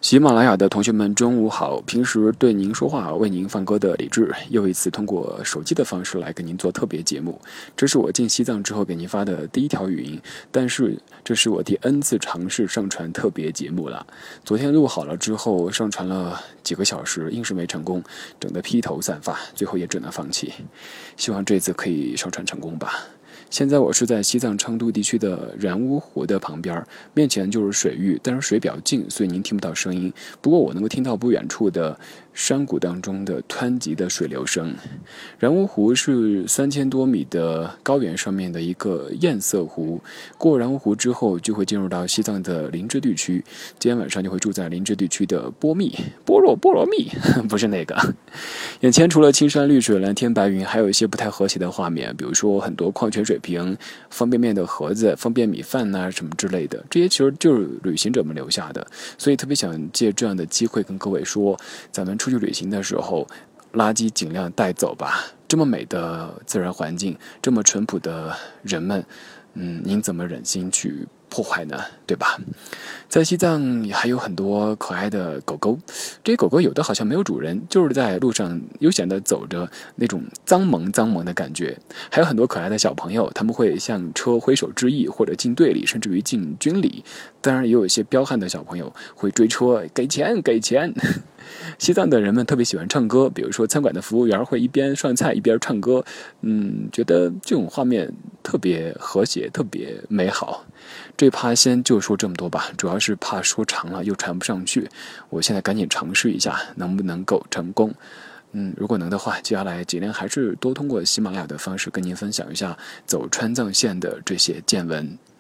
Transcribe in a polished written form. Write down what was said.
喜马拉雅的同学们，中午好！平时对您说话、为您放歌的李志，又一次通过手机的方式来跟您做特别节目。这是我进西藏之后给您发的第一条语音，但是这是我第 N 次尝试上传特别节目了。昨天录好了之后，上传了几个小时，硬是没成功，整得披头散发，最后也只能放弃。希望这次可以上传成功吧。现在我是在西藏昌都地区的然乌湖的旁边，面前就是水域，但是水比较近，所以您听不到声音。不过我能够听到不远处的山谷当中的湍急的水流声。然乌湖是3000多米的高原上面的一个堰塞湖，过然乌湖之后就会进入到西藏的林芝地区。今天晚上就会住在林芝地区的波罗蜜，不是那个。眼前除了青山绿水、蓝天白云，还有一些不太和谐的画面，比如说很多矿泉水瓶、方便面的盒子、方便米饭呐、什么之类的，这些其实就是旅行者们留下的，所以特别想借这样的机会跟各位说，咱们出去旅行的时候，垃圾尽量带走吧。这么美的自然环境，这么淳朴的人们，您怎么忍心去破坏呢？对吧？在西藏还有很多可爱的狗狗，这些狗狗有的好像没有主人，就是在路上悠闲地走着，那种脏萌的感觉。还有很多可爱的小朋友，他们会向车挥手致意，或者进队里，甚至于进军里。当然也有一些彪悍的小朋友会追车，给钱。西藏的人们特别喜欢唱歌，比如说餐馆的服务员会一边涮菜一边唱歌，觉得这种画面特别和谐，特别美好。这趴先就说这么多吧，主要是怕说长了又传不上去。我现在赶紧尝试一下，能不能够成功？如果能的话，接下来尽量还是多通过喜马拉雅的方式跟您分享一下走川藏线的这些见闻。